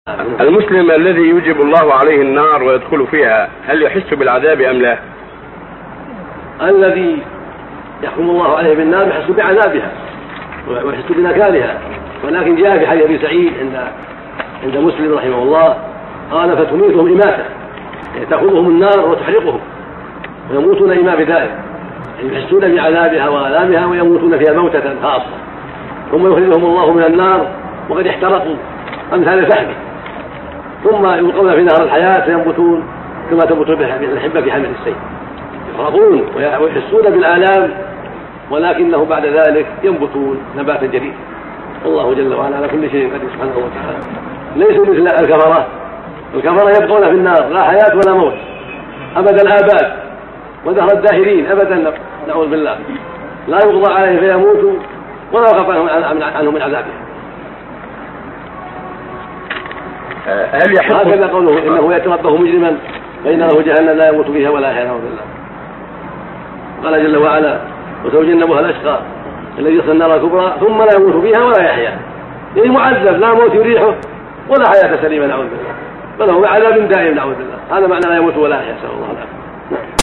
المسلم الذي يوجب الله عليه النار ويدخل فيها هل يحس بالعذاب أم لا؟ الذي يحكم الله عليه بالنار يحس بعذابها ويحس بنكالها، ولكن جاء في حديث ابي سعيد عند مسلم رحمه الله قال فتميتهم إماتة، يعني تأخذهم النار وتحرقهم ويموتون إما بذلك، يعني يحسون بعذابها وآلامها ويموتون فيها موتة خاصة، ثم يخرجهم الله من النار وقد احترقوا أمثال الفحم، ثم يلقون في نهر الحياة فينبتون كما تنبت الحبة في حمل السيل، يحرقون ويحسون بالآلام ولكنه بعد ذلك ينبتون نباتا جديدا. الله جل وعلا على كل شيء قدير سبحانه وتعالى. ليسوا مثل الكفرة يبقون في النار لا حياة ولا موت أبدا الآباد ودهر الداهرين أبدا، نعوذ بالله، لا يقضى عليه فيموتوا ولا يخف عنهم من عذابه. هل يحب هكذا قوله إنه يأتي ربه مجرما فإن له جهنم لا يموت فيها ولا يحيا، نعوذ بالله. قال جل وعلا وسيجنبها الأشقى الذي يصلى النار الكبرى ثم لا يموت فيها ولا يحيا، يعني معذب لا موت يريحه ولا حياة سليمة، نعوذ بالله، بل هو عذاب دائم، نعوذ بالله. هذا معنى لا يموت ولا يحيا، نسأل الله العافية.